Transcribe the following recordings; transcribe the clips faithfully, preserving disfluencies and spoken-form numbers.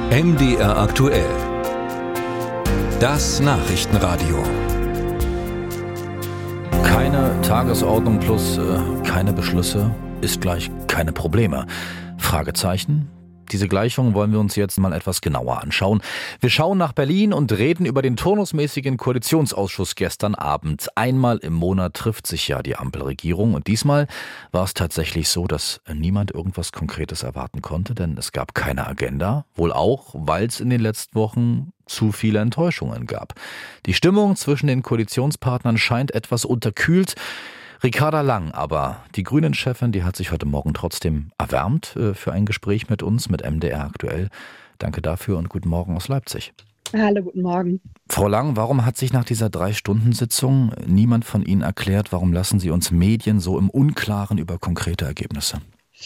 M D R aktuell. Das Nachrichtenradio. Keine Tagesordnung plus äh, keine Beschlüsse ist gleich keine Probleme. Fragezeichen? Diese Gleichung wollen wir uns jetzt mal etwas genauer anschauen. Wir schauen nach Berlin und reden über den turnusmäßigen Koalitionsausschuss gestern Abend. Einmal im Monat trifft sich ja die Ampelregierung und diesmal war es tatsächlich so, dass niemand irgendwas Konkretes erwarten konnte, denn es gab keine Agenda. Wohl auch, weil es in den letzten Wochen zu viele Enttäuschungen gab. Die Stimmung zwischen den Koalitionspartnern scheint etwas unterkühlt. Ricarda Lang, aber die Grünen-Chefin, die hat sich heute Morgen trotzdem erwärmt äh, für ein Gespräch mit uns, mit M D R aktuell. Danke dafür und guten Morgen aus Leipzig. Hallo, guten Morgen. Frau Lang, warum hat sich nach dieser Drei-Stunden-Sitzung niemand von Ihnen erklärt, warum lassen Sie uns Medien so im Unklaren über konkrete Ergebnisse?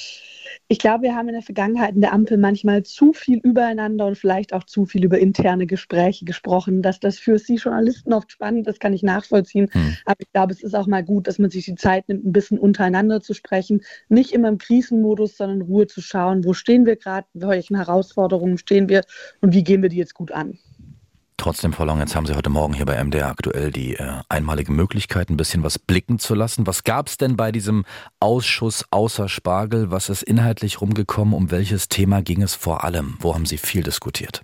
Ich glaube, wir haben in der Vergangenheit in der Ampel manchmal zu viel übereinander und vielleicht auch zu viel über interne Gespräche gesprochen. Dass das für Sie Journalisten oft spannend ist, kann ich nachvollziehen. Hm. Aber ich glaube, es ist auch mal gut, dass man sich die Zeit nimmt, ein bisschen untereinander zu sprechen. Nicht immer im Krisenmodus, sondern in Ruhe zu schauen, wo stehen wir gerade, welchen Herausforderungen stehen wir und wie gehen wir die jetzt gut an. Trotzdem, Frau Lang, jetzt haben Sie heute Morgen hier bei M D R aktuell die äh, einmalige Möglichkeit, ein bisschen was blicken zu lassen. Was gab es denn bei diesem Ausschuss außer Spargel? Was ist inhaltlich rumgekommen? Um welches Thema ging es vor allem? Wo haben Sie viel diskutiert?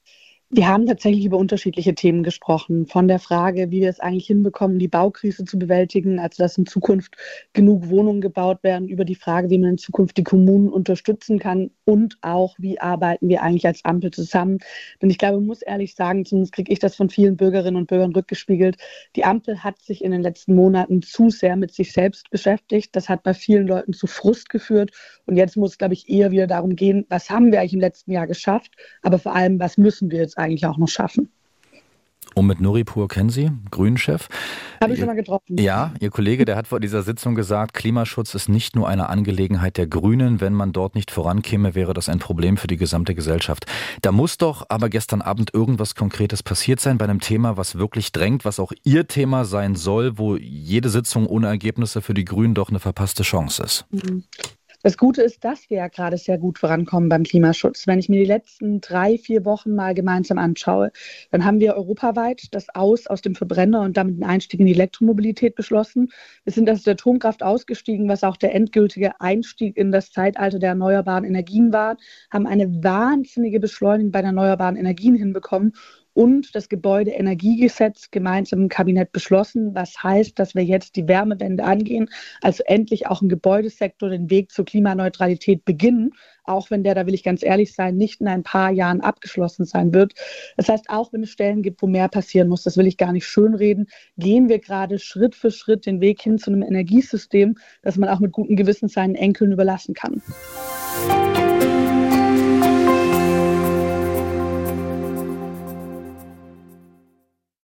Wir haben tatsächlich über unterschiedliche Themen gesprochen. Von der Frage, wie wir es eigentlich hinbekommen, die Baukrise zu bewältigen, also dass in Zukunft genug Wohnungen gebaut werden, über die Frage, wie man in Zukunft die Kommunen unterstützen kann und auch, wie arbeiten wir eigentlich als Ampel zusammen. Denn ich glaube, man muss ehrlich sagen, zumindest kriege ich das von vielen Bürgerinnen und Bürgern rückgespiegelt, die Ampel hat sich in den letzten Monaten zu sehr mit sich selbst beschäftigt. Das hat bei vielen Leuten zu Frust geführt. Und jetzt muss es, glaube ich, eher wieder darum gehen, was haben wir eigentlich im letzten Jahr geschafft, aber vor allem, was müssen wir jetzt eigentlich auch noch schaffen. Umit Nuripur kennen Sie, Grünen-Chef. Habe ich schon mal getroffen. Ja, Ihr Kollege, der hat vor dieser Sitzung gesagt, Klimaschutz ist nicht nur eine Angelegenheit der Grünen. Wenn man dort nicht vorankäme, wäre das ein Problem für die gesamte Gesellschaft. Da muss doch aber gestern Abend irgendwas Konkretes passiert sein bei einem Thema, was wirklich drängt, was auch Ihr Thema sein soll, wo jede Sitzung ohne Ergebnisse für die Grünen doch eine verpasste Chance ist. Mhm. Das Gute ist, dass wir ja gerade sehr gut vorankommen beim Klimaschutz. Wenn ich mir die letzten drei, vier Wochen mal gemeinsam anschaue, dann haben wir europaweit das Aus aus dem Verbrenner und damit den Einstieg in die Elektromobilität beschlossen. Wir sind aus der Atomkraft ausgestiegen, was auch der endgültige Einstieg in das Zeitalter der erneuerbaren Energien war, haben eine wahnsinnige Beschleunigung bei den erneuerbaren Energien hinbekommen und das Gebäudeenergiegesetz gemeinsam im Kabinett beschlossen, was heißt, dass wir jetzt die Wärmewende angehen, also endlich auch im Gebäudesektor den Weg zur Klimaneutralität beginnen, auch wenn der, da will ich ganz ehrlich sein, nicht in ein paar Jahren abgeschlossen sein wird. Das heißt, auch wenn es Stellen gibt, wo mehr passieren muss, das will ich gar nicht schönreden, gehen wir gerade Schritt für Schritt den Weg hin zu einem Energiesystem, das man auch mit gutem Gewissen seinen Enkeln überlassen kann.